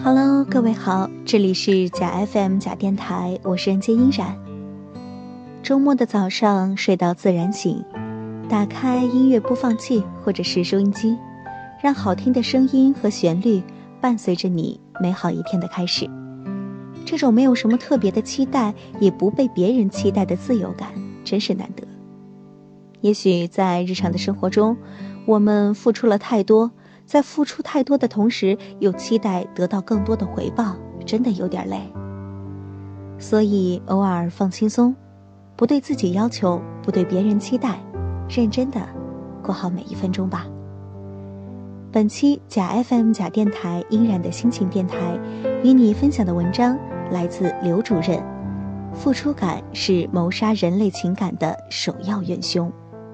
Hello， 各位好，这里是假 FM 假电台，我是人间音然。周末的早上睡到自然醒，打开音乐播放器或者是收音机，让好听的声音和旋律伴随着你美好一天的开始。这种没有什么特别的期待，也不被别人期待的自由感，真是难得。也许在日常的生活中，我们付出了太多，在付出太多的同时，又期待得到更多的回报，真的有点累。所以偶尔放轻松，不对自己要求，不对别人期待，认真的过好每一分钟吧。本期假 FM 假电台音然的心情电台与你分享的文章来自刘主任，付出感是谋杀人类情感的首要元凶。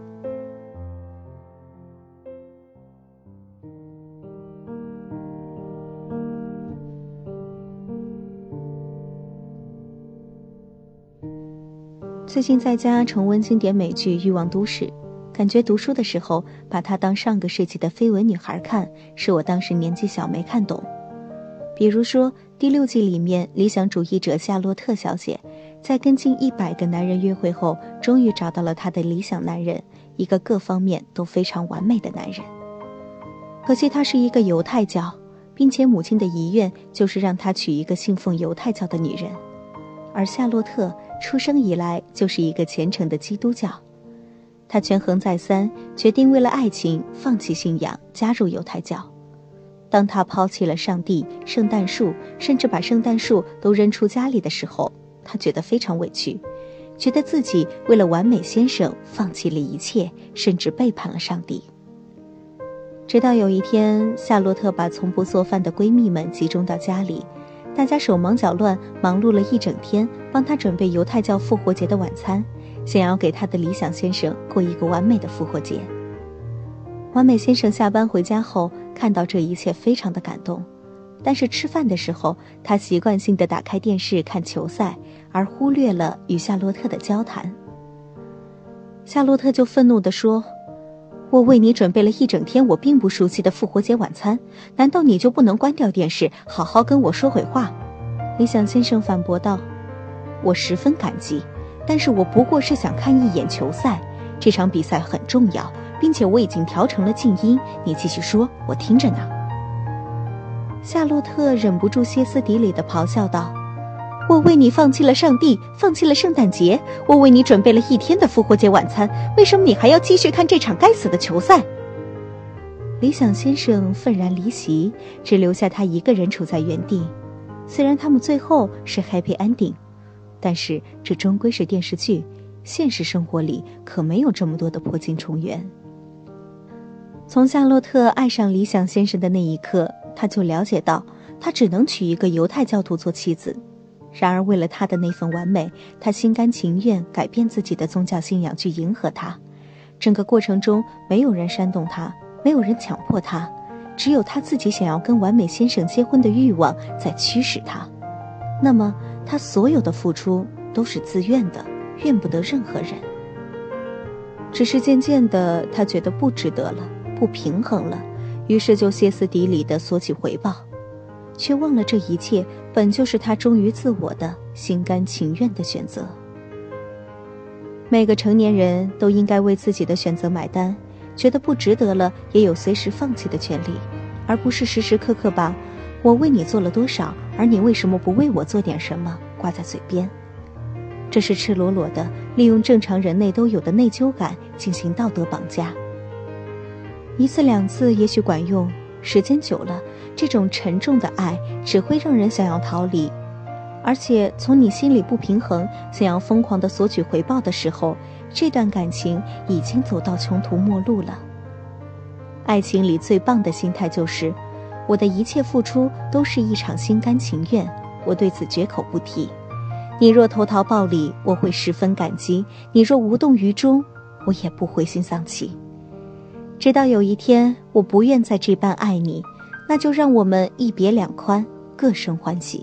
最近在家重温经典美剧《欲望都市》，感觉读书的时候把它当上个世纪的绯闻女孩看，是我当时年纪小没看懂。比如说第6季里面，理想主义者夏洛特小姐在跟近100个男人约会后，终于找到了她的理想男人，一个各方面都非常完美的男人。可惜他是一个犹太教，并且母亲的遗愿就是让他娶一个信奉犹太教的女人，而夏洛特出生以来就是一个虔诚的基督教。他权衡再三，决定为了爱情放弃信仰，加入犹太教。当他抛弃了上帝、圣诞树，甚至把圣诞树都扔出家里的时候，他觉得非常委屈，觉得自己为了完美先生放弃了一切，甚至背叛了上帝。直到有一天，夏洛特把从不做饭的闺蜜们集中到家里，大家手忙脚乱，忙碌了一整天，帮他准备犹太教复活节的晚餐，想要给他的理想先生过一个完美的复活节。完美先生下班回家后，看到这一切非常的感动，但是吃饭的时候，他习惯性地打开电视看球赛，而忽略了与夏洛特的交谈。夏洛特就愤怒地说，我为你准备了一整天我并不熟悉的复活节晚餐，难道你就不能关掉电视，好好跟我说会话？理想先生反驳道，我十分感激，但是我不过是想看一眼球赛，这场比赛很重要，并且我已经调成了静音，你继续说，我听着呢。夏洛特忍不住歇斯底里地咆哮道，我为你放弃了上帝，放弃了圣诞节，我为你准备了1天的复活节晚餐，为什么你还要继续看这场该死的球赛？理想先生愤然离席，只留下他一个人处在原地。虽然他们最后是 happy ending， 但是这终归是电视剧，现实生活里可没有这么多的破镜重圆。从夏洛特爱上理想先生的那一刻，他就了解到他只能娶一个犹太教徒做妻子。然而为了他的那份完美，他心甘情愿改变自己的宗教信仰去迎合他。整个过程中没有人煽动他，没有人强迫他，只有他自己想要跟完美先生结婚的欲望在驱使他。那么他所有的付出都是自愿的，怨不得任何人。只是渐渐的，他觉得不值得了，不平衡了，于是就歇斯底里地索取回报，却忘了这一切本就是他忠于自我的心甘情愿的选择。每个成年人都应该为自己的选择买单，觉得不值得了也有随时放弃的权利，而不是时时刻刻把我为你做了多少，而你为什么不为我做点什么挂在嘴边。这是赤裸裸的利用正常人类都有的内疚感进行道德绑架。1次2次也许管用，时间久了，这种沉重的爱只会让人想要逃离。而且从你心里不平衡，想要疯狂地索取回报的时候，这段感情已经走到穷途末路了。爱情里最棒的心态就是，我的一切付出都是一场心甘情愿，我对此绝口不提。你若投桃报李，我会十分感激；你若无动于衷，我也不灰心丧气。直到有一天，我不愿再这般爱你，那就让我们一别两宽，各生欢喜。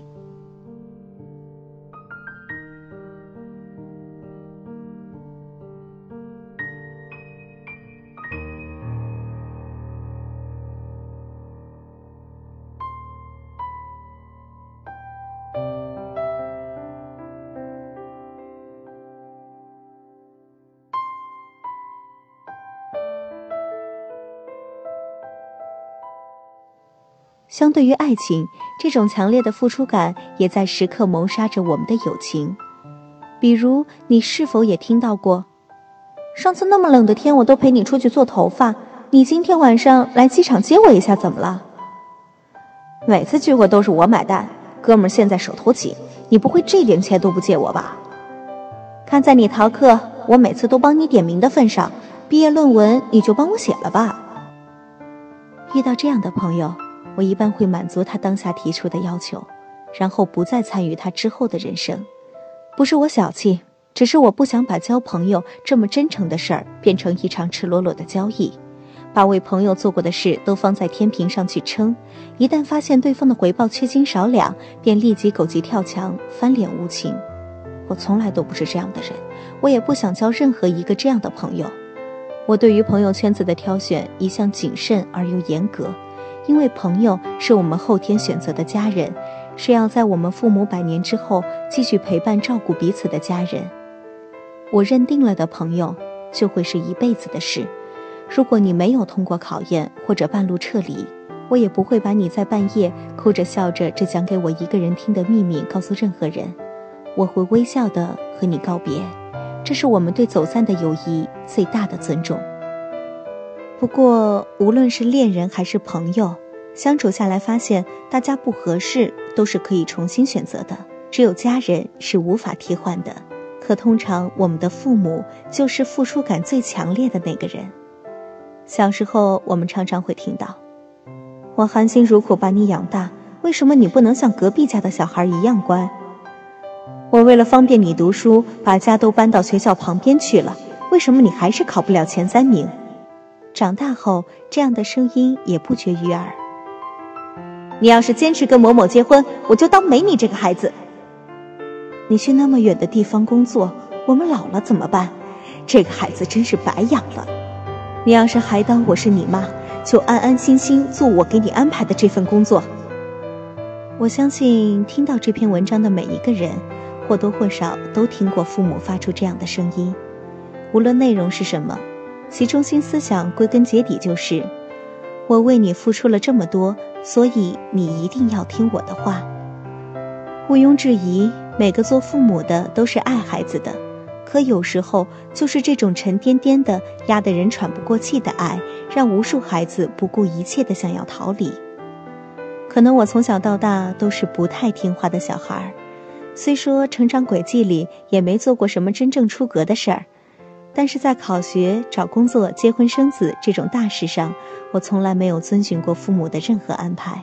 相对于爱情，这种强烈的付出感也在时刻谋杀着我们的友情。比如，你是否也听到过，上次那么冷的天我都陪你出去做头发，你今天晚上来机场接我一下怎么了？每次聚会都是我买单，哥们儿现在手头紧，你不会这点钱都不借我吧？看在你逃课我每次都帮你点名的份上，毕业论文你就帮我写了吧。遇到这样的朋友，我一般会满足他当下提出的要求，然后不再参与他之后的人生。不是我小气，只是我不想把交朋友这么真诚的事儿变成一场赤裸裸的交易，把为朋友做过的事都放在天平上去称，一旦发现对方的回报缺斤少两，便立即狗急跳墙，翻脸无情。我从来都不是这样的人，我也不想交任何一个这样的朋友。我对于朋友圈子的挑选一向谨慎而又严格，因为朋友是我们后天选择的家人，是要在我们父母100年之后继续陪伴照顾彼此的家人。我认定了的朋友就会是一辈子的事。如果你没有通过考验或者半路撤离，我也不会把你在半夜哭着笑着只讲给我一个人听的秘密告诉任何人。我会微笑地和你告别，这是我们对走散的友谊最大的尊重。不过无论是恋人还是朋友，相处下来发现大家不合适都是可以重新选择的，只有家人是无法替换的。可通常我们的父母就是付出感最强烈的那个人。小时候我们常常会听到，我含辛茹苦把你养大，为什么你不能像隔壁家的小孩一样乖？我为了方便你读书，把家都搬到学校旁边去了，为什么你还是考不了前3名？长大后，这样的声音也不绝于耳。你要是坚持跟某某结婚，我就当没你这个孩子。你去那么远的地方工作，我们老了怎么办？这个孩子真是白养了。你要是还当我是你妈，就安安心心做我给你安排的这份工作。我相信听到这篇文章的每一个人，或多或少都听过父母发出这样的声音。无论内容是什么，其中心思想归根结底就是，我为你付出了这么多，所以你一定要听我的话。毋庸置疑，每个做父母的都是爱孩子的，可有时候就是这种沉甸甸的压得人喘不过气的爱，让无数孩子不顾一切的想要逃离。可能我从小到大都是不太听话的小孩，虽说成长轨迹里也没做过什么真正出格的事儿，但是在考学、找工作、结婚生子这种大事上，我从来没有遵循过父母的任何安排。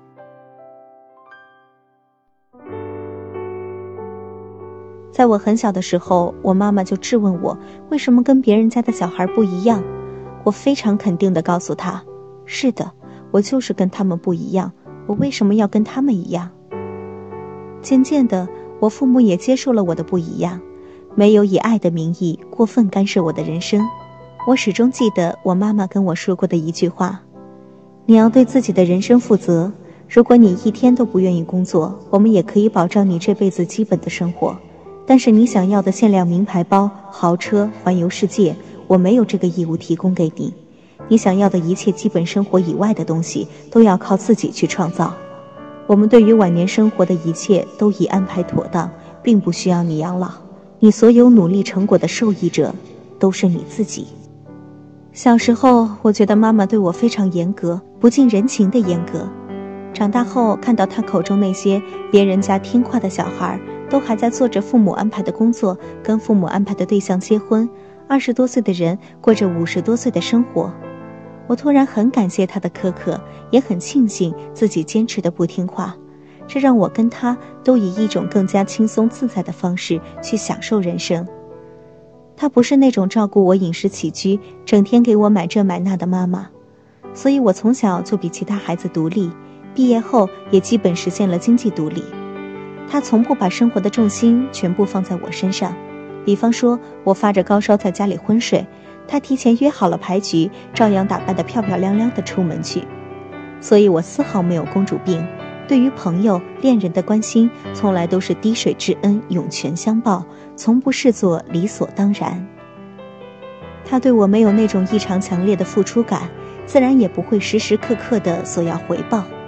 在我很小的时候，我妈妈就质问我为什么跟别人家的小孩不一样。我非常肯定地告诉她，是的，我就是跟他们不一样，我为什么要跟他们一样？渐渐的，我父母也接受了我的不一样，没有以爱的名义过分干涉我的人生。我始终记得我妈妈跟我说过的一句话，你要对自己的人生负责，如果你一天都不愿意工作，我们也可以保障你这辈子基本的生活，但是你想要的限量名牌包、豪车、环游世界，我没有这个义务提供给你。你想要的一切基本生活以外的东西，都要靠自己去创造。我们对于晚年生活的一切都已安排妥当，并不需要你养老。你所有努力成果的受益者，都是你自己。小时候，我觉得妈妈对我非常严格，不近人情的严格。长大后，看到她口中那些别人家听话的小孩，都还在做着父母安排的工作，跟父母安排的对象结婚，20多岁的人过着50多岁的生活。我突然很感谢他的苛刻，也很庆幸自己坚持的不听话，这让我跟他都以一种更加轻松自在的方式去享受人生。她不是那种照顾我饮食起居，整天给我买这买那的妈妈，所以我从小就比其他孩子独立，毕业后也基本实现了经济独立。她从不把生活的重心全部放在我身上，比方说我发着高烧在家里昏睡，她提前约好了牌局，照样打扮得漂漂亮亮地出门去。所以我丝毫没有公主病，对于朋友、恋人的关心，从来都是滴水之恩涌泉相报，从不视作理所当然。她对我没有那种异常强烈的付出感，自然也不会时时刻刻地索要回报。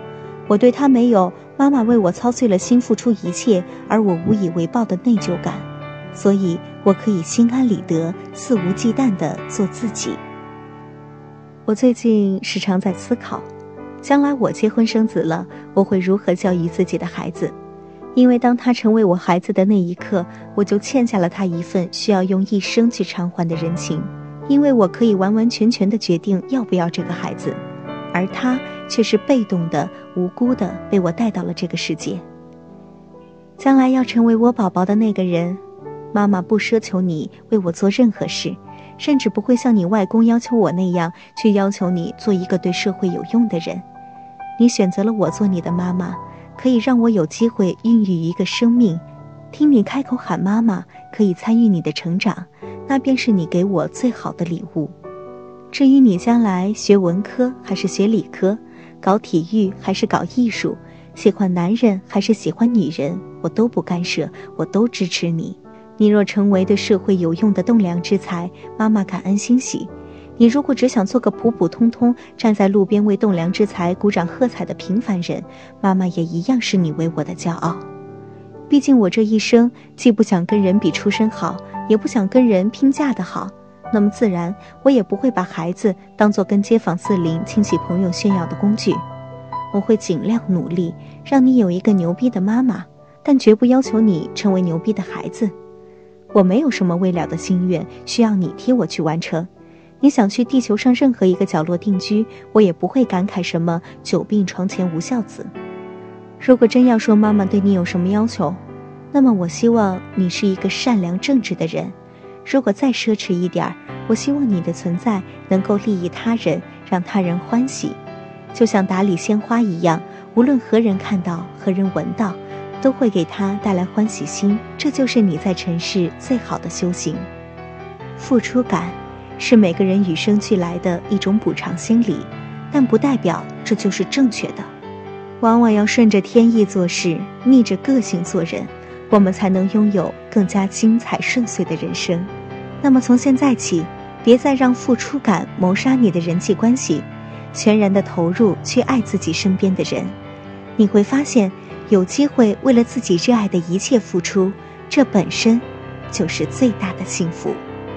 我对他没有妈妈为我操碎了心付出一切而我无以为报的内疚感，所以我可以心安理得肆无忌惮地做自己。我最近时常在思考，将来我结婚生子了，我会如何教育自己的孩子，因为当他成为我孩子的那一刻，我就欠下了他一份需要用一生去偿还的人情，因为我可以完完全全地决定要不要这个孩子，而他却是被动的、无辜的被我带到了这个世界。将来要成为我宝宝的那个人，妈妈不奢求你为我做任何事，甚至不会像你外公要求我那样去要求你做一个对社会有用的人。你选择了我做你的妈妈，可以让我有机会孕育一个生命，听你开口喊妈妈，可以参与你的成长，那便是你给我最好的礼物。至于你将来学文科还是学理科，搞体育还是搞艺术，喜欢男人还是喜欢女人，我都不干涉，我都支持你。你若成为对社会有用的栋梁之才，妈妈感恩欣喜；你如果只想做个普普通通站在路边为栋梁之才鼓掌喝彩的平凡人，妈妈也一样视你为我的骄傲。毕竟我这一生既不想跟人比出身好，也不想跟人拼嫁得好，那么自然我也不会把孩子当作跟街坊四邻亲戚朋友炫耀的工具。我会尽量努力让你有一个牛逼的妈妈，但绝不要求你成为牛逼的孩子。我没有什么未了的心愿需要你替我去完成，你想去地球上任何一个角落定居，我也不会感慨什么久病床前无孝子。如果真要说妈妈对你有什么要求，那么我希望你是一个善良正直的人。如果再奢侈一点，我希望你的存在能够利益他人，让他人欢喜，就像打理鲜花一样，无论何人看到何人闻到，都会给他带来欢喜心。这就是你在尘世最好的修行。付出感是每个人与生俱来的一种补偿心理，但不代表这就是正确的。往往要顺着天意做事，逆着个性做人，我们才能拥有更加精彩顺遂的人生。那么从现在起，别再让付出感谋杀你的人际关系，全然的投入去爱自己身边的人。你会发现，有机会为了自己热爱的一切付出，这本身就是最大的幸福。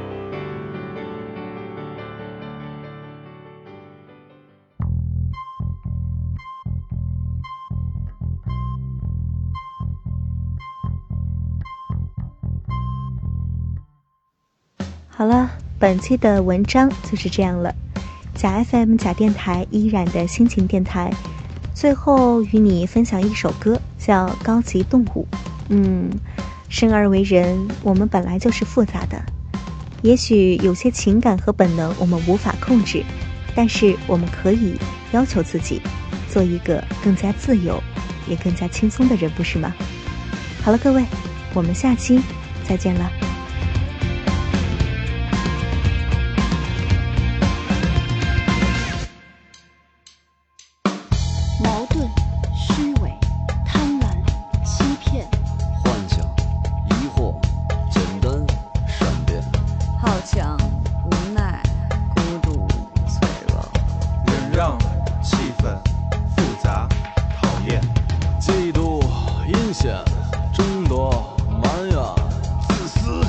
好了，本期的文章就是这样了。假 FM 假电台依然的心情电台，最后与你分享一首歌，叫《高级动物》。生而为人，我们本来就是复杂的，也许有些情感和本能我们无法控制，但是我们可以要求自己做一个更加自由也更加轻松的人，不是吗？好了，各位，我们下期再见了。 矛盾、虚伪、贪婪、欺骗、 幻想、疑惑、简单、善变、 好强、无奈、孤独、脆弱、 忍让、气愤、复杂、讨厌、 嫉妒、阴险、争夺、埋怨、 自私、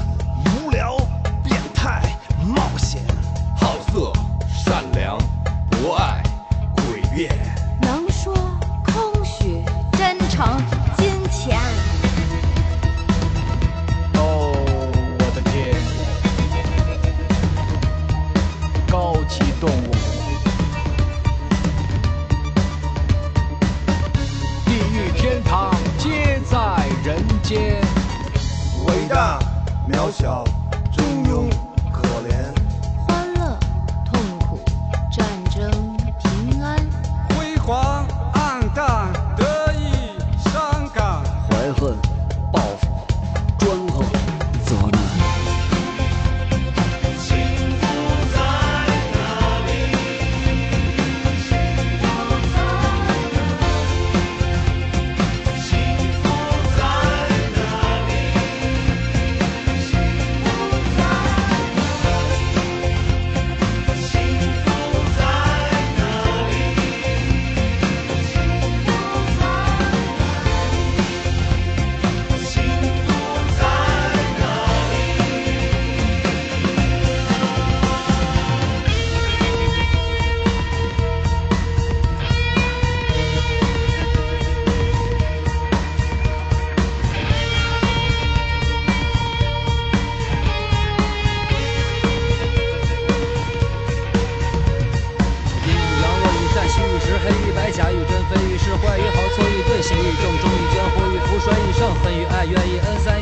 来源于N3